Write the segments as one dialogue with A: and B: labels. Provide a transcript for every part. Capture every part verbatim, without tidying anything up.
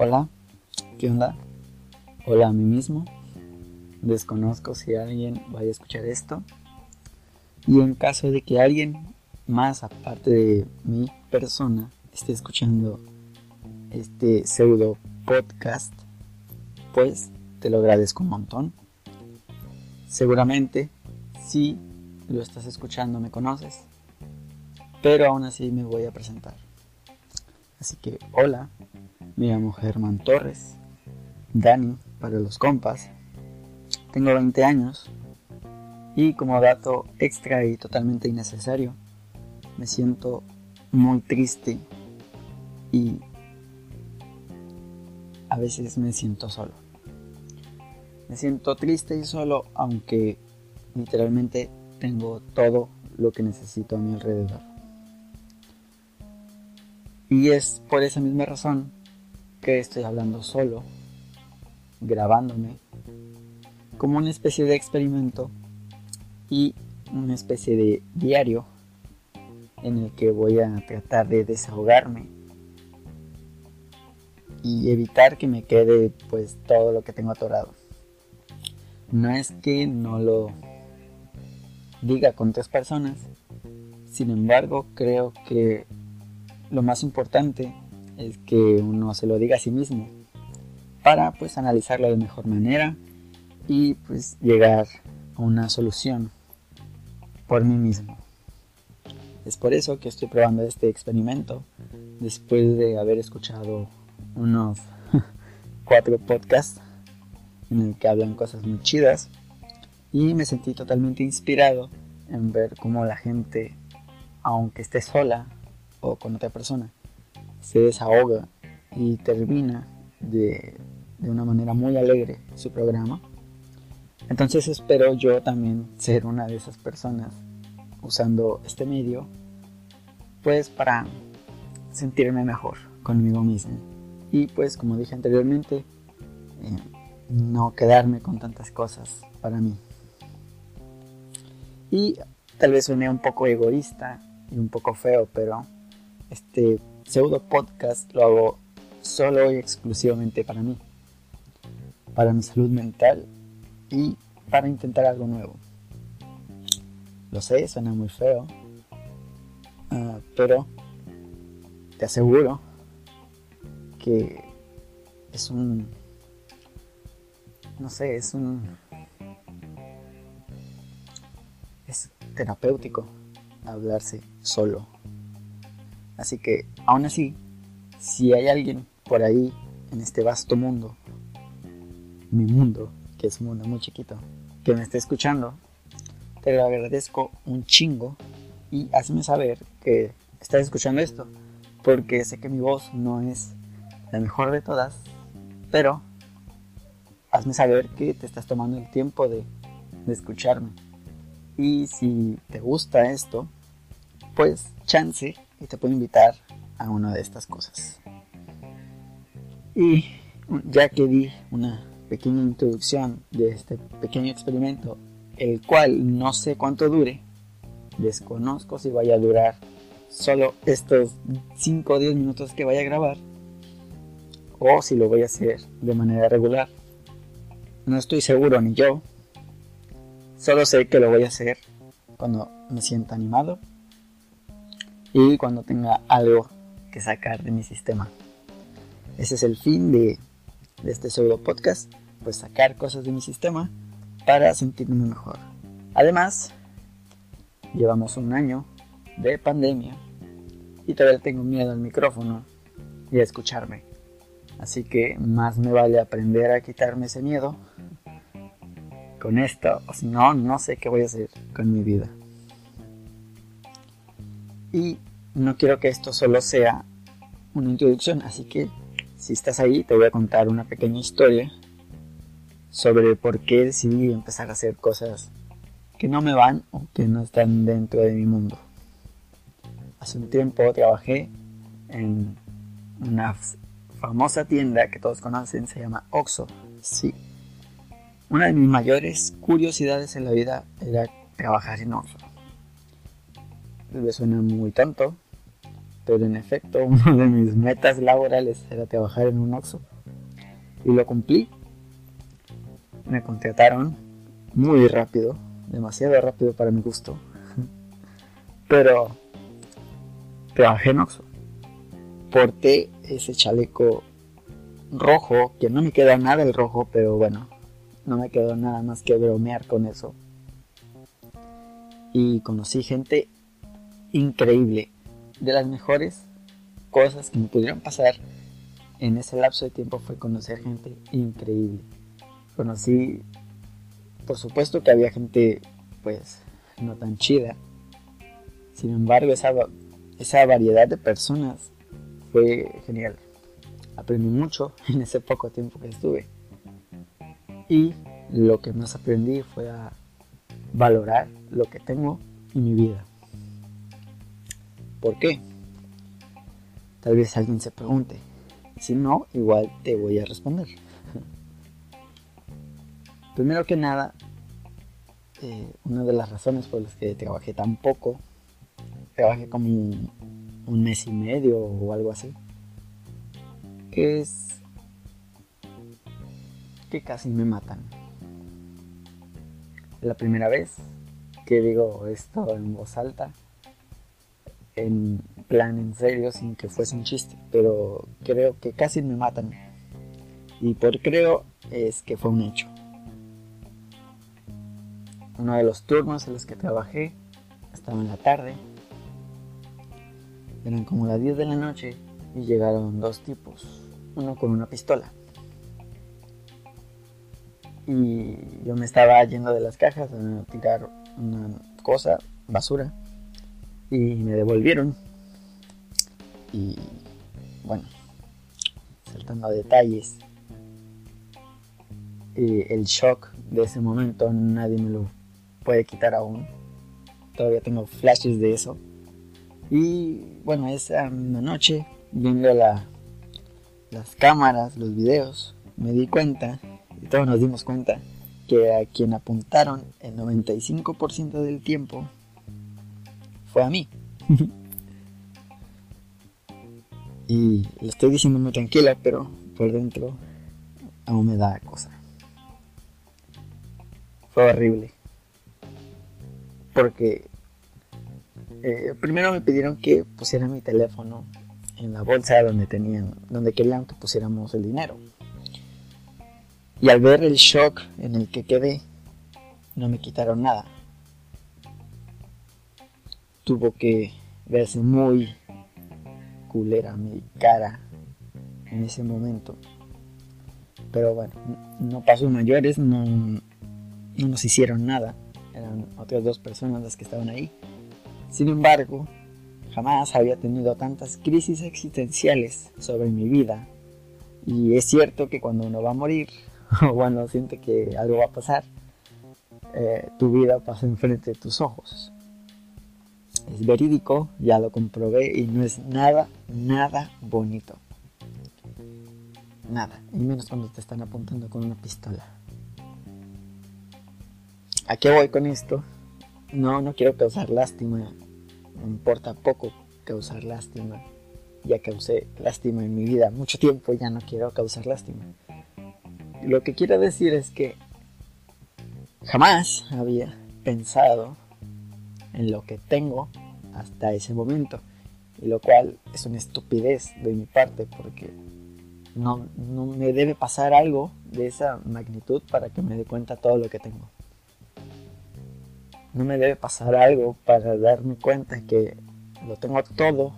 A: Hola, ¿qué onda? Hola a mí mismo. Desconozco si alguien vaya a escuchar esto. Y en caso de que alguien más aparte de mi persona esté escuchando este pseudo podcast, pues te lo agradezco un montón. Seguramente si lo estás escuchando me conoces, pero aún así me voy a presentar. Así que hola, me llamo Germán Torres, Dani para los compas. Tengo veinte años y como dato extra y totalmente innecesario, me siento muy triste y a veces me siento solo. Me siento triste y solo, aunque literalmente tengo todo lo que necesito a mi alrededor. Y es por esa misma razón que estoy hablando solo, grabándome, como una especie de experimento y una especie de diario en el que voy a tratar de desahogarme y evitar que me quede pues todo lo que tengo atorado. No es que no lo diga con otras personas, sin embargo creo que lo más importante es que uno se lo diga a sí mismo para pues analizarlo de mejor manera y pues llegar a una solución por mí mismo. Es por eso que estoy probando este experimento después de haber escuchado unos cuatro podcasts en el que hablan cosas muy chidas y me sentí totalmente inspirado en ver cómo la gente, aunque esté sola o con otra persona, se desahoga y termina de, de una manera muy alegre su programa. Entonces espero yo también ser una de esas personas usando este medio pues para sentirme mejor conmigo mismo y pues como dije anteriormente, eh, no quedarme con tantas cosas para mí. Y tal vez suene un poco egoísta y un poco feo, pero este pseudo podcast lo hago solo y exclusivamente para mí, para mi salud mental y para intentar algo nuevo. Lo sé, suena muy feo, uh, pero te aseguro que es un, no sé, es un, es terapéutico hablarse solo. Así que, aún así, si hay alguien por ahí en este vasto mundo, mi mundo, que es un mundo muy chiquito, que me esté escuchando, te lo agradezco un chingo y hazme saber que estás escuchando esto, porque sé que mi voz no es la mejor de todas, pero hazme saber que te estás tomando el tiempo de, de escucharme. Y si te gusta esto, pues chance y te puedo invitar a una de estas cosas. Y ya que di una pequeña introducción de este pequeño experimento, el cual no sé cuánto dure, desconozco si vaya a durar solo estos cinco o diez minutos que vaya a grabar o si lo voy a hacer de manera regular. No estoy seguro ni yo, solo sé que lo voy a hacer cuando me sienta animado y cuando tenga algo que sacar de mi sistema. Ese es el fin de, de este pseudo podcast, pues sacar cosas de mi sistema para sentirme mejor. Además, llevamos un año de pandemia y todavía tengo miedo al micrófono y a escucharme. Así que más me vale aprender a quitarme ese miedo con esto, o si no, no sé qué voy a hacer con mi vida. Y no quiero que esto solo sea una introducción, así que si estás ahí te voy a contar una pequeña historia sobre por qué decidí empezar a hacer cosas que no me van o que no están dentro de mi mundo. Hace un tiempo trabajé en una famosa tienda que todos conocen, se llama Oxxo. Sí. Una de mis mayores curiosidades en la vida era trabajar en Oxxo. Me suena muy tonto, pero en efecto una de mis metas laborales era trabajar en un Oxxo. y lo cumplí. Me contrataron muy rápido, demasiado rápido para mi gusto, pero trabajé en Oxxo. Porté ese chaleco rojo, que no me queda nada el rojo, pero bueno, no me quedó nada más que bromear con eso. Y conocí gente increíble. De las mejores cosas que me pudieron pasar en ese lapso de tiempo fue conocer gente increíble. Conocí, por supuesto que había gente pues no tan chida. Sin embargo, esa, esa variedad de personas fue genial. Aprendí mucho en ese poco tiempo que estuve. Y lo que más aprendí fue a valorar lo que tengo en mi vida. ¿Por qué? Tal vez alguien se pregunte. Si no, igual te voy a responder. Primero que nada, eh, una de las razones por las que trabajé tan poco, trabajé como un, un mes y medio o algo así, es que casi me matan. La primera vez que digo esto en voz alta, en plan en serio, sin que fuese un chiste, pero creo que casi me matan. Y por creo es que fue un hecho. Uno de los turnos en los que trabajé estaba en la tarde, eran como las diez de la noche y llegaron dos tipos, uno con una pistola. Y yo me estaba yendo de las cajas a tirar una cosa, basura, y me devolvieron. Y bueno, saltando a detalles, y el shock de ese momento nadie me lo puede quitar aún. Todavía tengo flashes de eso. Y bueno, esa misma noche, viendo la, las cámaras, los videos, me di cuenta, y todos nos dimos cuenta, que a quien apuntaron el noventa y cinco por ciento del tiempo fue a mí. Y lo estoy diciendo muy tranquila, pero por dentro aún me da cosa. Fue horrible. Porque eh, primero me pidieron que pusiera mi teléfono en la bolsa donde tenían, donde querían que pusiéramos el dinero. Y al ver el shock en el que quedé, no me quitaron nada. Tuvo que verse muy culera mi cara en ese momento. Pero bueno, no pasó mayores, no, no nos hicieron nada. Eran otras dos personas las que estaban ahí. Sin embargo, jamás había tenido tantas crisis existenciales sobre mi vida. Y es cierto que cuando uno va a morir, o cuando siente que algo va a pasar, eh, tu vida pasa enfrente de tus ojos. Es verídico, ya lo comprobé y no es nada, nada bonito. Nada, y menos cuando te están apuntando con una pistola. ¿A qué voy con esto? No, no quiero causar lástima. Me importa poco causar lástima. Ya causé lástima en mi vida mucho tiempo, ya no quiero causar lástima. Lo que quiero decir es que jamás había pensado en lo que tengo hasta ese momento, y lo cual es una estupidez de mi parte, porque no, no me debe pasar algo de esa magnitud para que me dé cuenta todo lo que tengo. No me debe pasar algo para darme cuenta que lo tengo todo.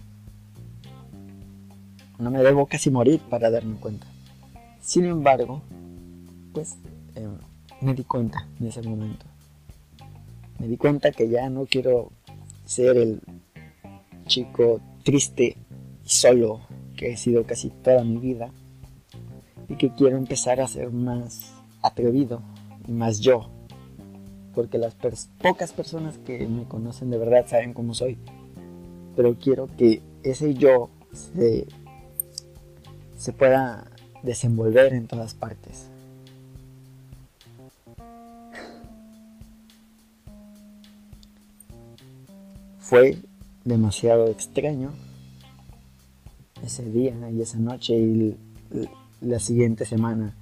A: No me debo casi morir para darme cuenta. Sin embargo, pues eh, me di cuenta en ese momento. Me di cuenta que ya no quiero ser el chico triste y solo que he sido casi toda mi vida, y que quiero empezar a ser más atrevido y más yo, porque las pers- pocas personas que me conocen de verdad saben cómo soy, pero quiero que ese yo se, se pueda desenvolver en todas partes. Fue demasiado extraño ese día y esa noche, y la siguiente semana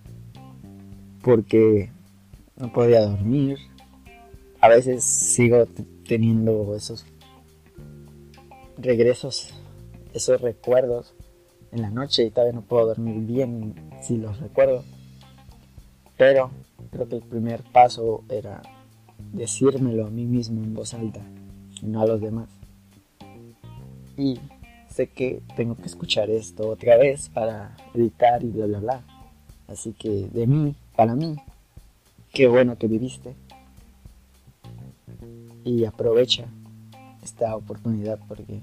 A: porque no podía dormir. A veces sigo t- teniendo esos regresos, esos recuerdos en la noche y todavía no puedo dormir bien si los recuerdo. Pero creo que el primer paso era decírmelo a mí mismo en voz alta y no a los demás. Y sé que tengo que escuchar esto otra vez para editar y bla bla bla. Así que de mí, para mí, qué bueno que viviste. Y aprovecha esta oportunidad porque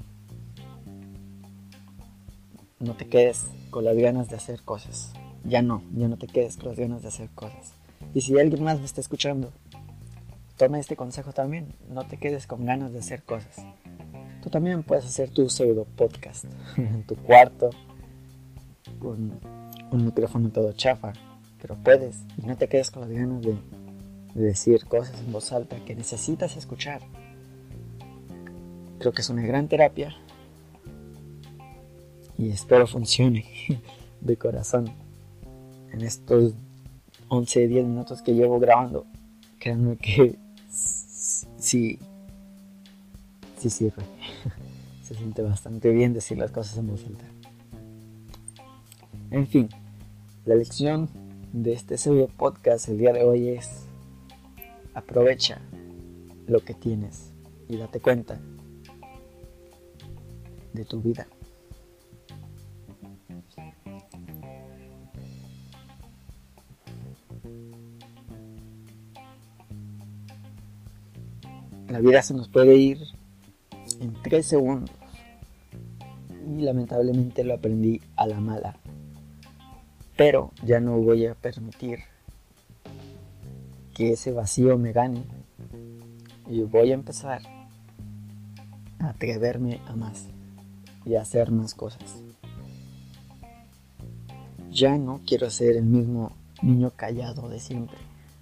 A: no te quedes con las ganas de hacer cosas. Ya no, ya no te quedes con las ganas de hacer cosas. Y si alguien más me está escuchando, toma este consejo también. No te quedes con ganas de hacer cosas. Tú también puedes hacer tu pseudo podcast en tu cuarto con un micrófono todo chafa, pero puedes y no te quedes con las ganas de, de decir cosas en voz alta que necesitas escuchar. Creo que es una gran terapia y espero funcione de corazón en estos once diez minutos que llevo grabando. Créanme que sí, sí sirve. Se siente bastante bien decir las cosas en voz alta. En fin, la lección de este pseudo podcast el día de hoy es: aprovecha lo que tienes y date cuenta de tu vida. La vida se nos puede ir en tres segundos y lamentablemente lo aprendí a la mala. Pero ya no voy a permitir que ese vacío me gane y voy a empezar a atreverme a más y a hacer más cosas. Ya no quiero ser el mismo niño callado de siempre.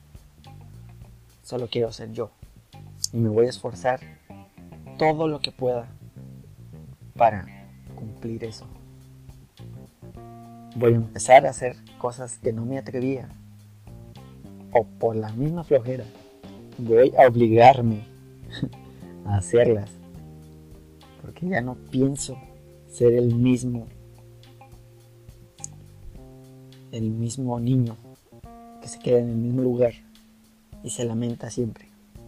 A: Solo quiero ser yo y me voy a esforzar todo lo que pueda para cumplir eso. Voy a empezar a hacer cosas que no me atrevía, o por la misma flojera voy a obligarme a hacerlas, porque ya no pienso ser el mismo el mismo niño que se queda en el mismo lugar y se lamenta siempre.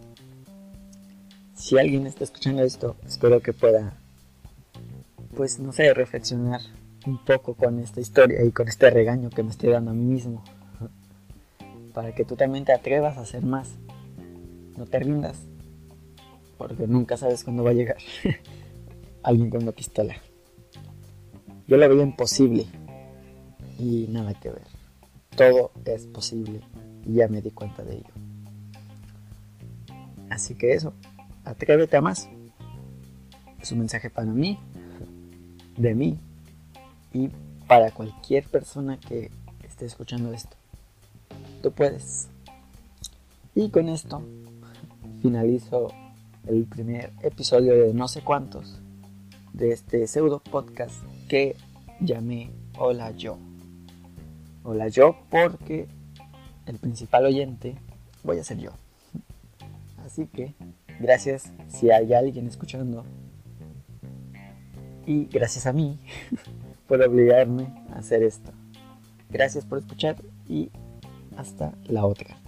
A: Si alguien está escuchando esto, espero que pueda, pues no sé, reflexionar un poco con esta historia y con este regaño que me estoy dando a mí mismo, para que tú también te atrevas a hacer más. No te rindas, porque nunca sabes cuándo va a llegar alguien con una pistola. Yo lo veía imposible y nada que ver. Todo es posible y ya me di cuenta de ello. Así que eso, atrévete a más. Es un mensaje para mí, de mí y para cualquier persona que esté escuchando esto. Tú puedes. Y con esto finalizo el primer episodio de no sé cuántos de este pseudo podcast que llamé Hola Yo. Hola Yo porque el principal oyente voy a ser yo. Así que gracias si hay alguien escuchando y gracias a mí por obligarme a hacer esto. Gracias por escuchar y hasta la otra.